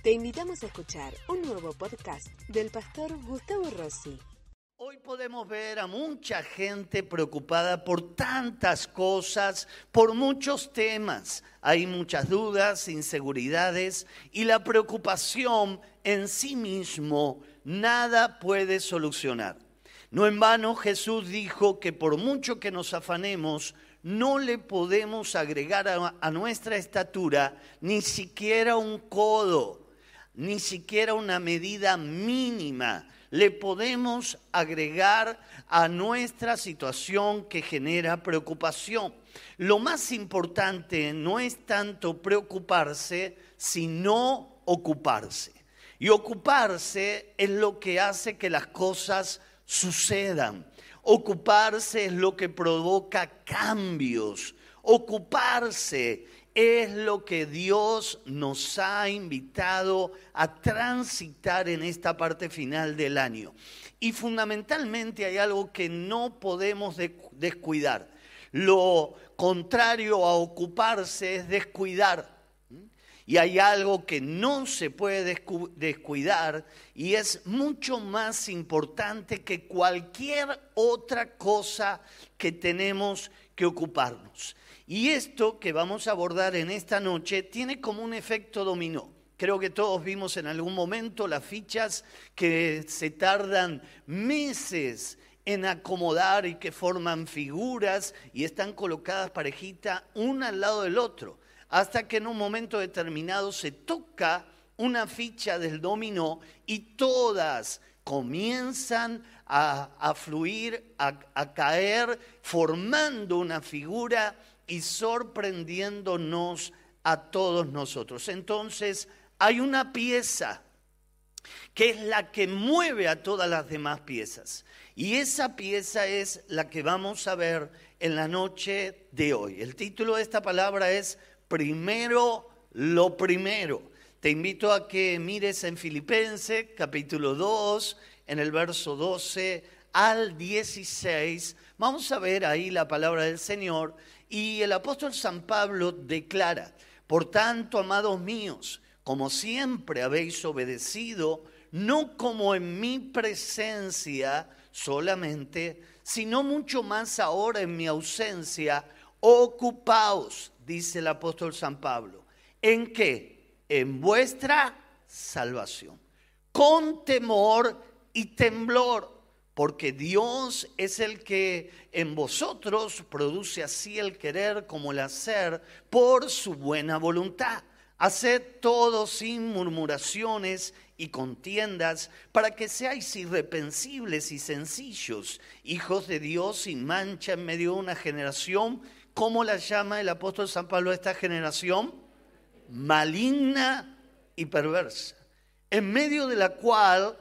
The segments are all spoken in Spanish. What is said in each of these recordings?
Te invitamos a escuchar un nuevo podcast del pastor Gustavo Rossi. Hoy podemos ver a mucha gente preocupada por tantas cosas, por muchos temas. Hay muchas dudas, inseguridades y la preocupación en sí mismo nada puede solucionar. No en vano Jesús dijo que por mucho que nos afanemos, no le podemos agregar a nuestra estatura ni siquiera un codo, ni siquiera una medida mínima. Le podemos agregar a nuestra situación que genera preocupación. Lo más importante no es tanto preocuparse, sino ocuparse. Y ocuparse es lo que hace que las cosas sucedan. Ocuparse es lo que provoca cambios. Ocuparse es lo que Dios nos ha invitado a transitar en esta parte final del año. Y fundamentalmente hay algo que no podemos descuidar. Lo contrario a ocuparse es descuidar. Y hay algo que no se puede descuidar y es mucho más importante que cualquier otra cosa que tenemos que ocuparnos. Y esto que vamos a abordar en esta noche tiene como un efecto dominó. Creo que todos vimos en algún momento las fichas que se tardan meses en acomodar y que forman figuras y están colocadas parejita una al lado del otro. Hasta que en un momento determinado se toca una ficha del dominó y todas comienzan a fluir, a caer, formando una figura y sorprendiéndonos a todos nosotros. Entonces, hay una pieza que es la que mueve a todas las demás piezas. Y esa pieza es la que vamos a ver en la noche de hoy. El título de esta palabra es Primero lo primero. Te invito a que mires en Filipenses capítulo 2, en el verso 12 al 16. Vamos a ver ahí la palabra del Señor. Y el apóstol San Pablo declara: por tanto, amados míos, como siempre habéis obedecido, no como en mi presencia solamente, sino mucho más ahora en mi ausencia, ocupaos, dice el apóstol San Pablo, ¿en qué? En vuestra salvación, con temor y temblor, porque Dios es el que en vosotros produce así el querer como el hacer por su buena voluntad. Haced todo sin murmuraciones y contiendas, para que seáis irreprensibles y sencillos, hijos de Dios sin mancha en medio de una generación. ¿Cómo la llama el apóstol San Pablo a esta generación? Maligna y perversa, en medio de la cual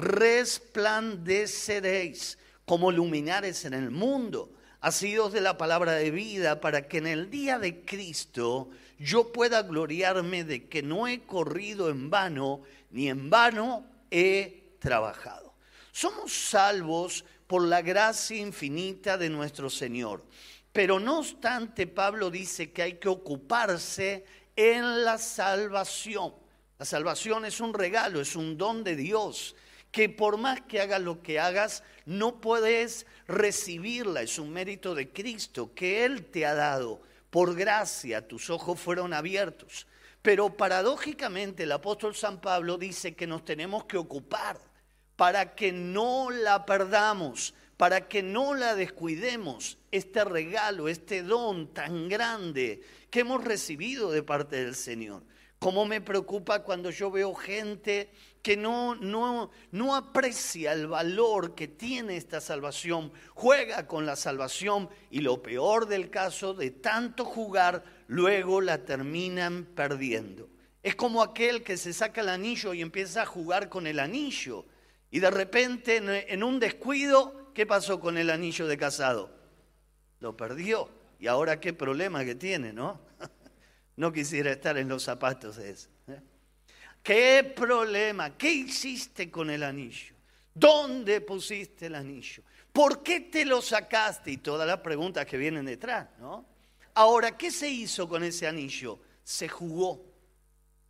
resplandeceréis como luminares en el mundo, asidos de la palabra de vida, para que en el día de Cristo yo pueda gloriarme de que no he corrido en vano, ni en vano he trabajado. Somos salvos por la gracia infinita de nuestro Señor. Pero no obstante, Pablo dice que hay que ocuparse en la salvación. La salvación es un regalo, es un don de Dios, que por más que hagas lo que hagas, no puedes recibirla. Es un mérito de Cristo que Él te ha dado. Por gracia, tus ojos fueron abiertos. Pero paradójicamente el apóstol San Pablo dice que nos tenemos que ocupar para que no la perdamos, para que no la descuidemos, este regalo, este don tan grande que hemos recibido de parte del Señor. Cómo me preocupa cuando yo veo gente que no aprecia el valor que tiene esta salvación, juega con la salvación y lo peor del caso, de tanto jugar, luego la terminan perdiendo. Es como aquel que se saca el anillo y empieza a jugar con el anillo y de repente en un descuido, ¿qué pasó con el anillo de casado? Lo perdió. Y ahora qué problema que tiene, ¿no? No quisiera estar en los zapatos de eso. ¿Qué problema? ¿Qué hiciste con el anillo? ¿Dónde pusiste el anillo? ¿Por qué te lo sacaste? Y todas las preguntas que vienen detrás, ¿no? Ahora, ¿qué se hizo con ese anillo? Se jugó.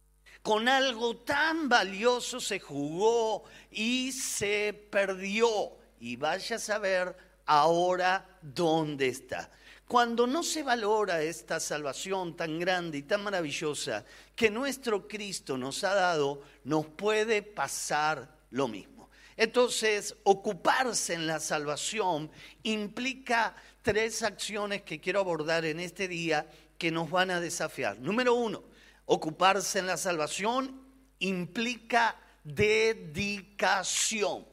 con algo tan valioso se jugó y se perdió. Y vaya a saber ahora dónde está. Cuando no se valora esta salvación tan grande y tan maravillosa que nuestro Cristo nos ha dado, nos puede pasar lo mismo. Entonces, ocuparse en la salvación implica 3 acciones que quiero abordar en este día que nos van a desafiar. Número 1, ocuparse en la salvación implica dedicación.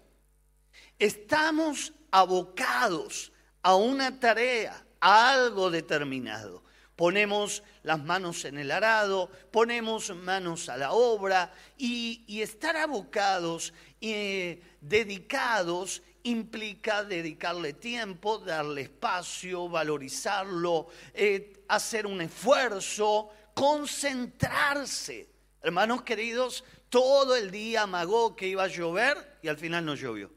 Estamos abocados a una tarea, a algo determinado. Ponemos las manos en el arado, ponemos manos a la obra y estar abocados y dedicados implica dedicarle tiempo, darle espacio, valorizarlo, hacer un esfuerzo, concentrarse. Hermanos queridos, todo el día amagó que iba a llover y al final no llovió.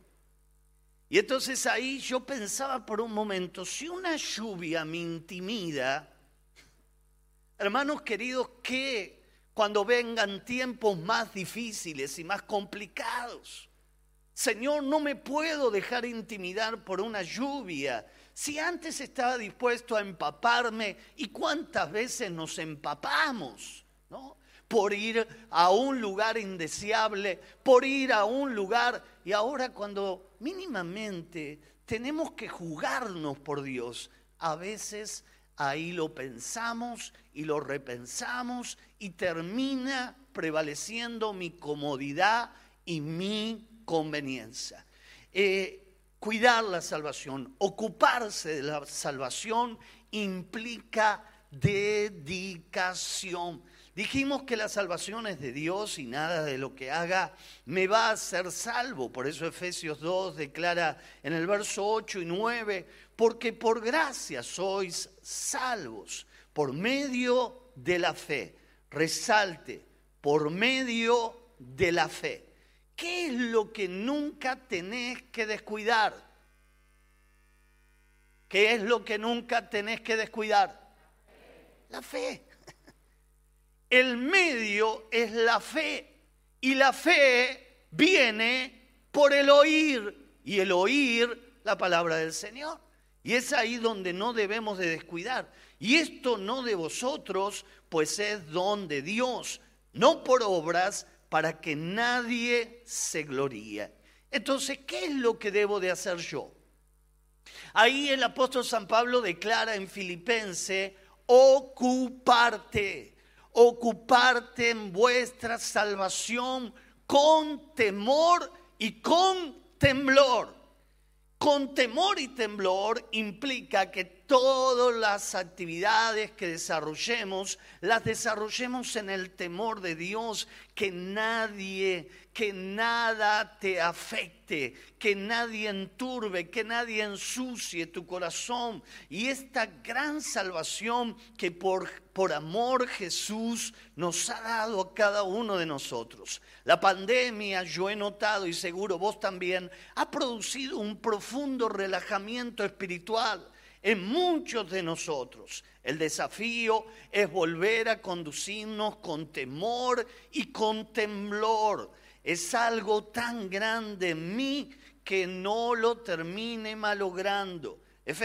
Y entonces ahí yo pensaba por un momento, si una lluvia me intimida, hermanos queridos, que cuando vengan tiempos más difíciles y más complicados, Señor, no me puedo dejar intimidar por una lluvia. Si antes estaba dispuesto a empaparme, ¿y cuántas veces nos empapamos, ¿no? Por ir a un lugar indeseable, por ir a un lugar, y ahora cuando mínimamente tenemos que jugarnos por Dios, a veces ahí lo pensamos y lo repensamos y termina prevaleciendo mi comodidad y mi conveniencia. Cuidar la salvación, ocuparse de la salvación implica dedicación. Dijimos que la salvación es de Dios y nada de lo que haga me va a hacer salvo. Por eso Efesios 2 declara en el verso 8 y 9, porque por gracia sois salvos por medio de la fe. Resalte, por medio de la fe. ¿Qué es lo que nunca tenés que descuidar? ¿Qué es lo que nunca tenés que descuidar? La fe. El medio es la fe y la fe viene por el oír y el oír la palabra del Señor. Y es ahí donde no debemos de descuidar. Y esto no de vosotros, pues es don de Dios, no por obras, para que nadie se gloríe. Entonces, ¿qué es lo que debo de hacer yo? Ahí el apóstol San Pablo declara en Filipenses, ocuparte en vuestra salvación con temor y con temblor. Con temor y temblor implica que todas las actividades que desarrollemos, las desarrollemos en el temor de Dios, que nada te afecte, que nadie enturbe, que nadie ensucie tu corazón. Y esta gran salvación que por amor Jesús nos ha dado a cada uno de nosotros. La pandemia, yo he notado y seguro vos también, ha producido un profundo relajamiento espiritual en muchos de nosotros. El desafío es volver a conducirnos con temor y con temblor. Es algo tan grande en mí que no lo termine malogrando.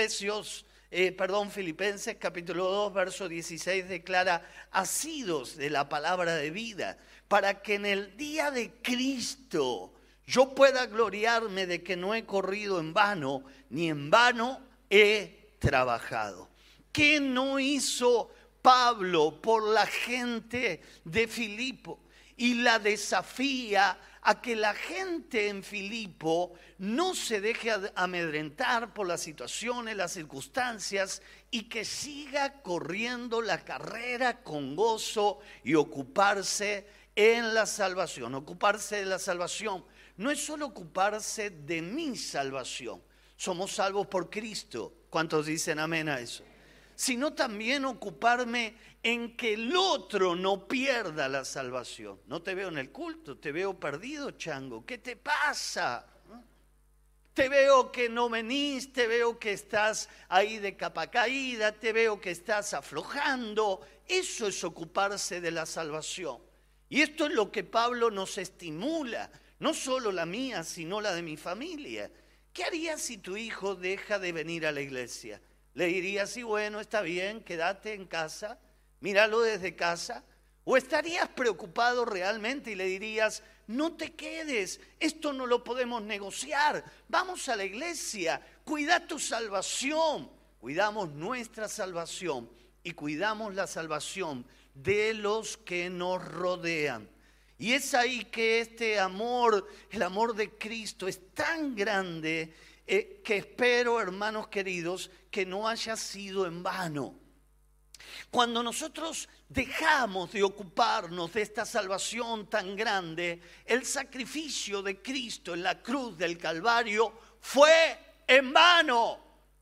Filipenses capítulo 2, verso 16 declara, asidos de la palabra de vida, para que en el día de Cristo yo pueda gloriarme de que no he corrido en vano, ni en vano he trabajado. ¿Qué no hizo Pablo por la gente de Filipo? Y la desafía a que la gente en Filipo no se deje amedrentar por las situaciones, las circunstancias, y que siga corriendo la carrera con gozo y ocuparse en la salvación. Ocuparse de la salvación no es solo ocuparse de mi salvación. Somos salvos por Cristo. ¿Cuántos dicen amén a eso? Sino también ocuparme en que el otro no pierda la salvación. No te veo en el culto, te veo perdido, chango. ¿Qué te pasa? Te veo que no venís, te veo que estás ahí de capa caída, te veo que estás aflojando. Eso es ocuparse de la salvación. Y esto es lo que Pablo nos estimula, no solo la mía, sino la de mi familia. ¿Qué harías si tu hijo deja de venir a la iglesia? ¿Le dirías, sí, bueno, está bien, quédate en casa, míralo desde casa? ¿O estarías preocupado realmente y le dirías, no te quedes, esto no lo podemos negociar, vamos a la iglesia, cuida tu salvación? Cuidamos nuestra salvación y cuidamos la salvación de los que nos rodean. Y es ahí que este amor, el amor de Cristo es tan grande que espero, hermanos queridos, que no haya sido en vano. Cuando nosotros dejamos de ocuparnos de esta salvación tan grande, el sacrificio de Cristo en la cruz del Calvario fue en vano.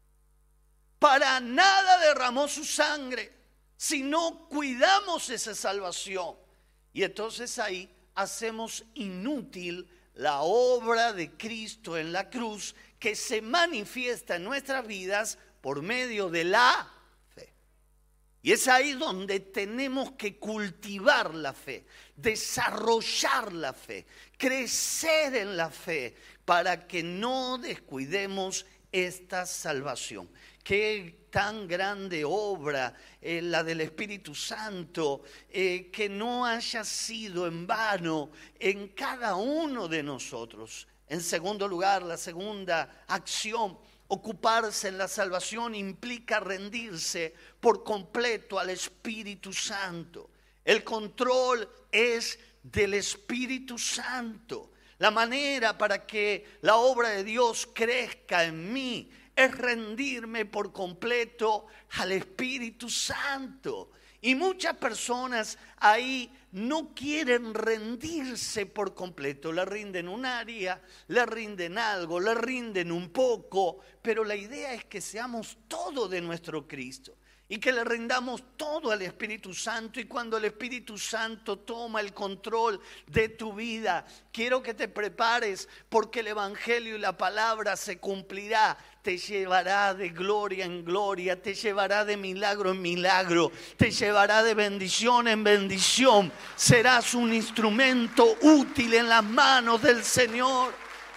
Para nada derramó su sangre, si no cuidamos esa salvación. Y entonces ahí hacemos inútil la obra de Cristo en la cruz, que se manifiesta en nuestras vidas por medio de la fe. Y es ahí donde tenemos que cultivar la fe, desarrollar la fe, crecer en la fe, para que no descuidemos esta salvación. Qué tan grande obra la del Espíritu Santo, que no haya sido en vano en cada uno de nosotros. En segundo lugar, la segunda acción, ocuparse en la salvación implica rendirse por completo al Espíritu Santo. El control es del Espíritu Santo. La manera para que la obra de Dios crezca en mí es rendirme por completo al Espíritu Santo. Y muchas personas ahí no quieren rendirse por completo. Le rinden un área, le rinden algo, le rinden un poco, pero la idea es que seamos todo de nuestro Cristo y que le rindamos todo al Espíritu Santo. Y cuando el Espíritu Santo toma el control de tu vida, quiero que te prepares, porque el Evangelio y la palabra se cumplirá. Te llevará de gloria en gloria, te llevará de milagro en milagro, te llevará de bendición en bendición. Serás un instrumento útil en las manos del Señor.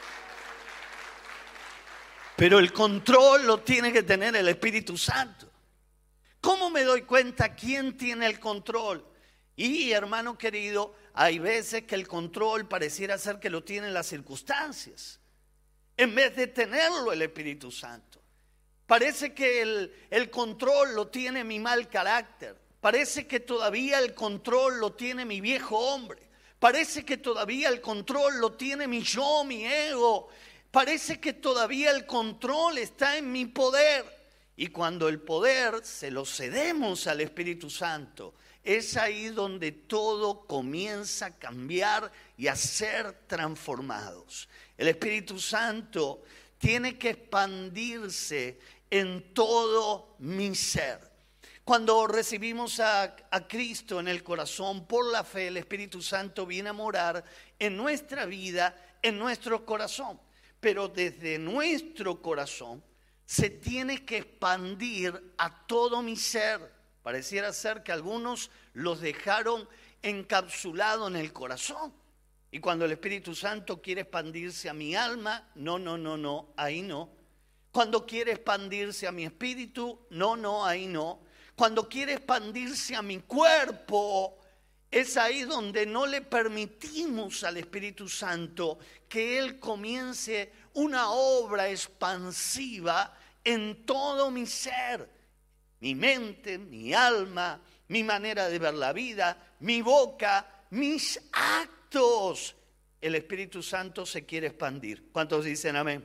Pero el control lo tiene que tener el Espíritu Santo. ¿Cómo me doy cuenta quién tiene el control? Y, hermano querido, hay veces que el control pareciera ser que lo tienen las circunstancias, en vez de tenerlo el Espíritu Santo. Parece que el control lo tiene mi mal carácter. Parece que todavía el control lo tiene mi viejo hombre. Parece que todavía el control lo tiene mi yo, mi ego. Parece que todavía el control está en mi poder. Y cuando el poder se lo cedemos al Espíritu Santo, es ahí donde todo comienza a cambiar y a ser transformados. El Espíritu Santo tiene que expandirse en todo mi ser. Cuando recibimos a Cristo en el corazón por la fe, el Espíritu Santo viene a morar en nuestra vida, en nuestro corazón. Pero desde nuestro corazón se tiene que expandir a todo mi ser. Pareciera ser que algunos los dejaron encapsulados en el corazón. Y cuando el Espíritu Santo quiere expandirse a mi alma, no, ahí no. Cuando quiere expandirse a mi espíritu, no, ahí no. Cuando quiere expandirse a mi cuerpo, es ahí donde no le permitimos al Espíritu Santo que Él comience una obra expansiva en todo mi ser, mi mente, mi alma, mi manera de ver la vida, mi boca, mis actos. El Espíritu Santo se quiere expandir. ¿Cuántos dicen amén?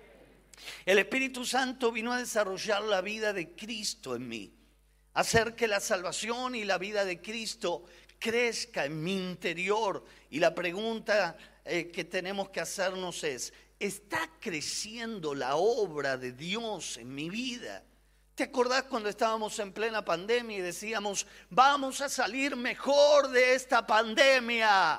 El Espíritu Santo vino a desarrollar la vida de Cristo en mí, hacer que la salvación y la vida de Cristo crezca en mi interior. Y la pregunta que tenemos que hacernos es: ¿está creciendo la obra de Dios en mi vida? ¿Te acordás cuando estábamos en plena pandemia y decíamos, vamos a salir mejor de esta pandemia?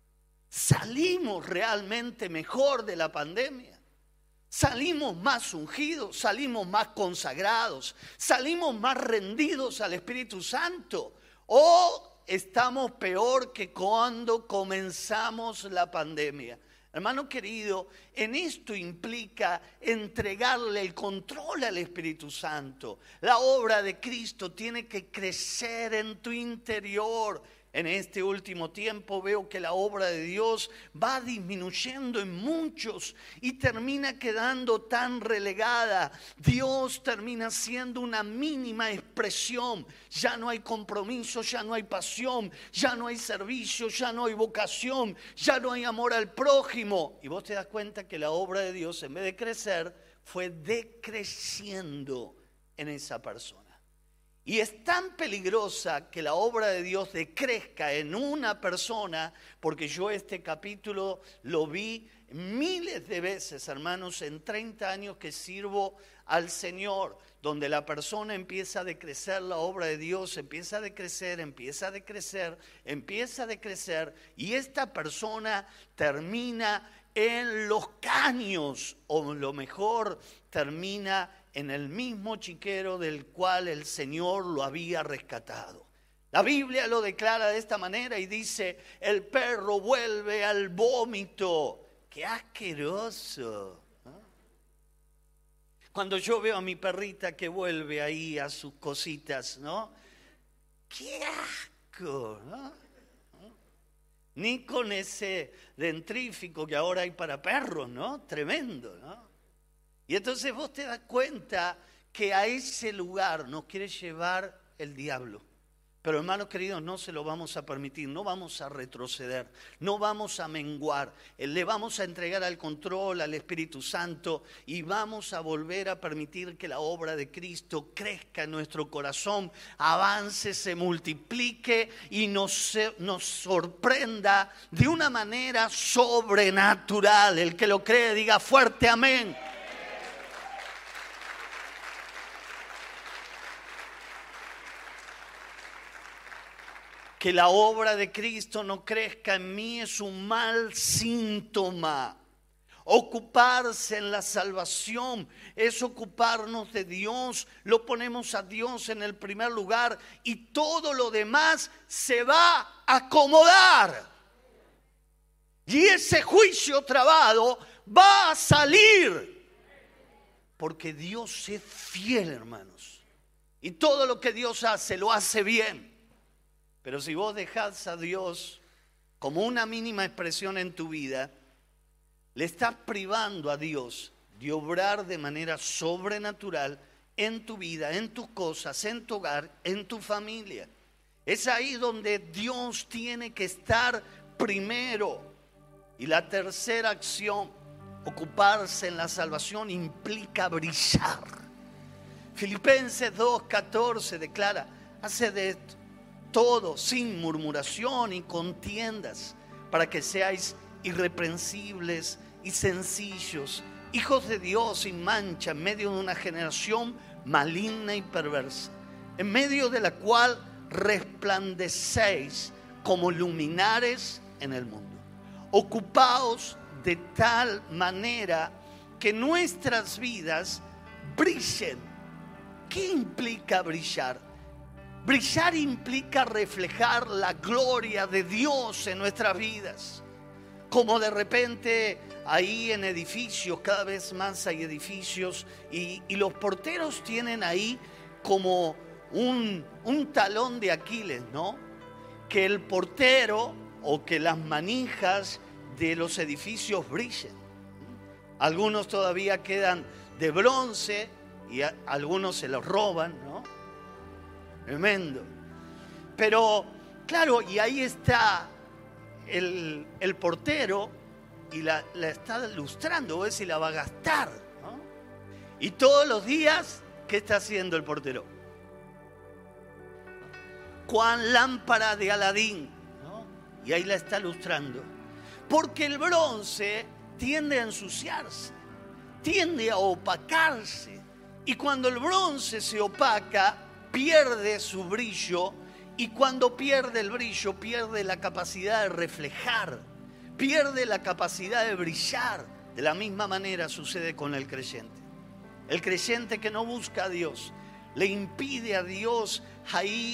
¿Salimos realmente mejor de la pandemia? ¿Salimos más ungidos? ¿Salimos más consagrados? ¿Salimos más rendidos al Espíritu Santo? ¿O estamos peor que cuando comenzamos la pandemia. Hermano querido, en esto implica entregarle el control al Espíritu Santo. La obra de Cristo tiene que crecer en tu interior. En este último tiempo veo que la obra de Dios va disminuyendo en muchos y termina quedando tan relegada. Dios termina siendo una mínima expresión. Ya no hay compromiso, ya no hay pasión, ya no hay servicio, ya no hay vocación, ya no hay amor al prójimo. Y vos te das cuenta que la obra de Dios, en vez de crecer, fue decreciendo en esa persona. Y es tan peligrosa que la obra de Dios decrezca en una persona, porque yo este capítulo lo vi miles de veces, hermanos, en 30 años que sirvo al Señor, donde la persona empieza a decrecer, la obra de Dios empieza a decrecer, empieza a decrecer, empieza a decrecer, y esta persona termina en los caños, o lo mejor, termina en el mismo chiquero del cual el Señor lo había rescatado. La Biblia lo declara de esta manera y dice: el perro vuelve al vómito. ¡Qué asqueroso! ¿No? Cuando yo veo a mi perrita que vuelve ahí a sus cositas, ¿no? ¡Qué asco! ¿No? Ni con ese dentrífico que ahora hay para perros, ¿no? Tremendo, ¿no? Y entonces vos te das cuenta que a ese lugar nos quiere llevar el diablo. Pero hermanos queridos, no se lo vamos a permitir, no vamos a retroceder, no vamos a menguar. Le vamos a entregar al control al Espíritu Santo y vamos a volver a permitir que la obra de Cristo crezca en nuestro corazón, avance, se multiplique y nos sorprenda de una manera sobrenatural. El que lo cree diga fuerte amén. Que la obra de Cristo no crezca en mí es un mal síntoma. Ocuparse en la salvación es ocuparnos de Dios. Lo ponemos a Dios en el primer lugar y todo lo demás se va a acomodar. Y ese juicio trabado va a salir. Porque Dios es fiel, hermanos. Y todo lo que Dios hace, lo hace bien. Pero si vos dejás a Dios como una mínima expresión en tu vida, le estás privando a Dios de obrar de manera sobrenatural en tu vida, en tus cosas, en tu hogar, en tu familia. Es ahí donde Dios tiene que estar primero. Y la tercera acción, ocuparse en la salvación, implica brillar. Filipenses 2:14 declara: haced de todo sin murmuración y contiendas, para que seáis irreprensibles y sencillos, hijos de Dios sin mancha, en medio de una generación maligna y perversa, en medio de la cual resplandecéis como luminares en el mundo. Ocupaos de tal manera que nuestras vidas brillen. ¿Qué implica brillar? Brillar implica reflejar la gloria de Dios en nuestras vidas. Como de repente ahí en edificios, cada vez más hay edificios y los porteros tienen ahí como un talón de Aquiles, ¿no? Que el portero o que las manijas de los edificios brillen. Algunos todavía quedan de bronce y algunos se los roban, ¿no? Tremendo. Pero, claro, y ahí está el portero y la está lustrando, o si la va a gastar, ¿no? Y todos los días, ¿qué está haciendo el portero? Cuán lámpara de Aladín, ¿no? Y ahí la está lustrando. Porque el bronce tiende a ensuciarse, tiende a opacarse. Y cuando el bronce se opaca, pierde su brillo, y cuando pierde el brillo, pierde la capacidad de reflejar, pierde la capacidad de brillar. De la misma manera sucede con el creyente. El creyente que no busca a Dios, le impide a Dios ahí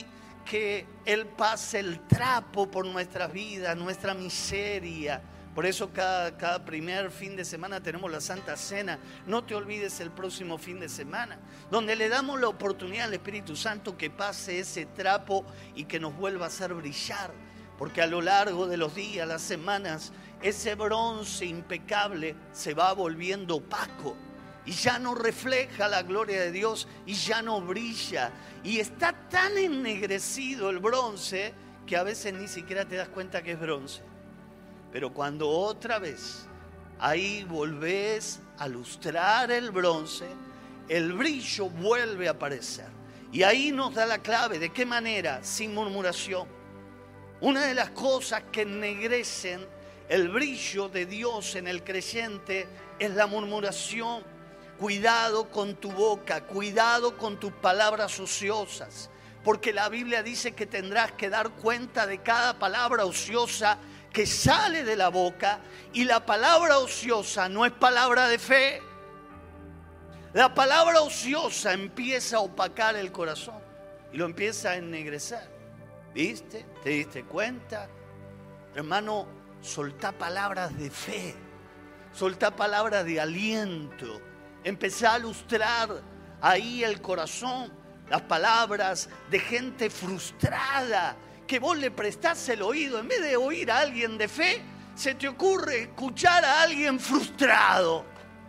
que Él pase el trapo por nuestras vidas, nuestra miseria. Por eso cada primer fin de semana tenemos la Santa Cena. No te olvides el próximo fin de semana, donde le damos la oportunidad al Espíritu Santo que pase ese trapo y que nos vuelva a hacer brillar. Porque a lo largo de los días, las semanas, ese bronce impecable se va volviendo opaco y ya no refleja la gloria de Dios y ya no brilla. Y está tan ennegrecido el bronce que a veces ni siquiera te das cuenta que es bronce. Pero cuando otra vez ahí volvés a lustrar el bronce, el brillo vuelve a aparecer. Y ahí nos da la clave. ¿De qué manera? Sin murmuración. Una de las cosas que ennegrecen el brillo de Dios en el creyente es la murmuración. Cuidado con tu boca, cuidado con tus palabras ociosas, porque la Biblia dice que tendrás que dar cuenta de cada palabra ociosa que sale de la boca, y la palabra ociosa no es palabra de fe. La palabra ociosa empieza a opacar el corazón y lo empieza a ennegrecer. ¿Viste? ¿Te diste cuenta? Hermano, soltá palabras de fe, soltá palabras de aliento, empezá a lustrar ahí el corazón, las palabras de gente frustrada, que vos le prestás el oído. En vez de oír a alguien de fe, se te ocurre escuchar a alguien frustrado.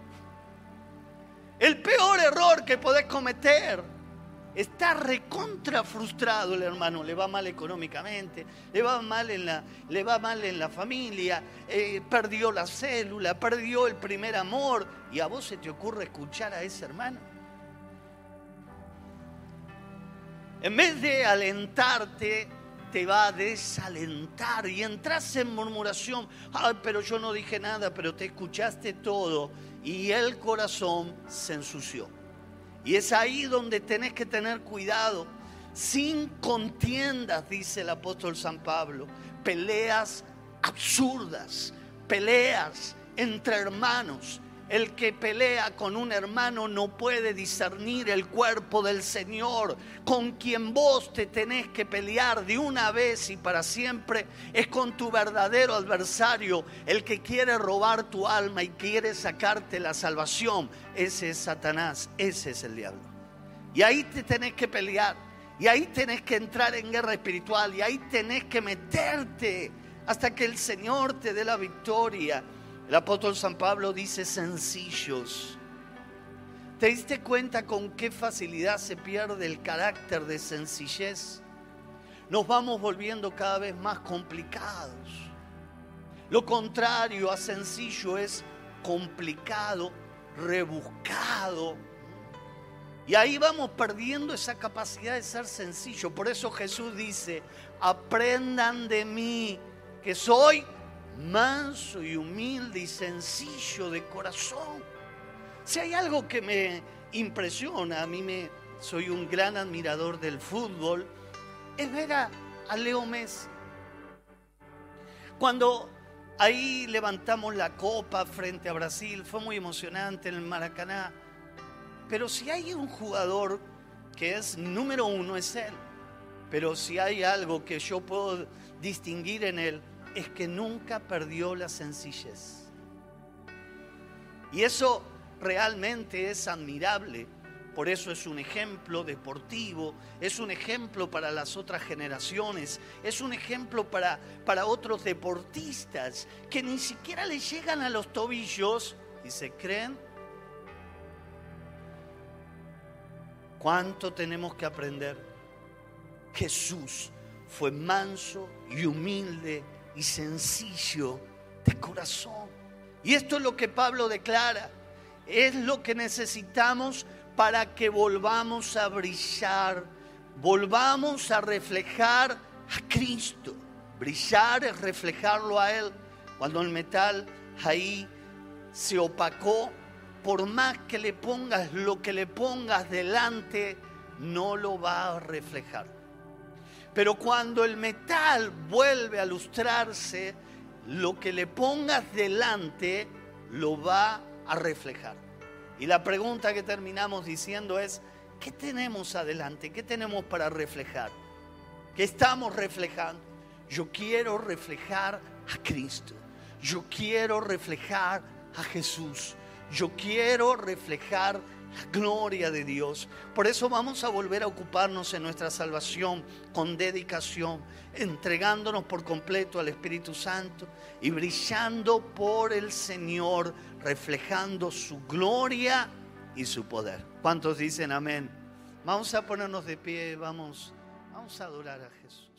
El peor error que podés cometer. Está recontra frustrado el hermano, le va mal económicamente, le va mal en la familia, perdió la célula, perdió el primer amor, y a vos se te ocurre escuchar a ese hermano. En vez de alentarte, te va a desalentar y entras en murmuración. Ay, pero yo no dije nada, pero te escuchaste todo, y el corazón se ensució. Y es ahí donde tenés que tener cuidado. Sin contiendas, dice el apóstol San Pablo, peleas absurdas, peleas entre hermanos. El que pelea con un hermano no puede discernir el cuerpo del Señor. Con quien vos te tenés que pelear de una vez y para siempre es con tu verdadero adversario, el que quiere robar tu alma y quiere sacarte la salvación. Ese es Satanás, ese es el diablo. Y ahí te tenés que pelear, y ahí tenés que entrar en guerra espiritual, y ahí tenés que meterte hasta que el Señor te dé la victoria. El apóstol San Pablo dice sencillos. ¿Te diste cuenta con qué facilidad se pierde el carácter de sencillez? Nos vamos volviendo cada vez más complicados. Lo contrario a sencillo es complicado, rebuscado. Y ahí vamos perdiendo esa capacidad de ser sencillo. Por eso Jesús dice, aprendan de mí, que soy manso y humilde y sencillo de corazón. Si hay algo que me impresiona, soy un gran admirador del fútbol, es ver a Leo Messi. Cuando ahí levantamos la copa frente a Brasil, fue muy emocionante en el Maracaná. Pero si hay un jugador que es número uno, es él. Pero si hay algo que yo puedo distinguir en él, es que nunca perdió la sencillez. Y eso realmente es admirable. Por eso es un ejemplo deportivo, es un ejemplo para las otras generaciones, es un ejemplo para otros deportistas que ni siquiera le llegan a los tobillos y se creen. ¿Cuánto tenemos que aprender? Jesús fue manso y humilde y sencillo de corazón. Y esto es lo que Pablo declara, es lo que necesitamos para que volvamos a brillar, volvamos a reflejar a Cristo. Brillar es reflejarlo a Él. Cuando el metal ahí se opacó, por más que le pongas lo que le pongas delante, no lo va a reflejar. Pero cuando el metal vuelve a lustrarse, lo que le pongas delante lo va a reflejar. Y la pregunta que terminamos diciendo es, ¿qué tenemos adelante? ¿Qué tenemos para reflejar? ¿Qué estamos reflejando? Yo quiero reflejar a Cristo. Yo quiero reflejar a Jesús. Yo quiero reflejar la gloria de Dios. Por eso vamos a volver a ocuparnos en nuestra salvación con dedicación, entregándonos por completo al Espíritu Santo y brillando por el Señor, reflejando su gloria y su poder. ¿Cuántos dicen amén? Vamos a ponernos de pie, vamos a adorar a Jesús.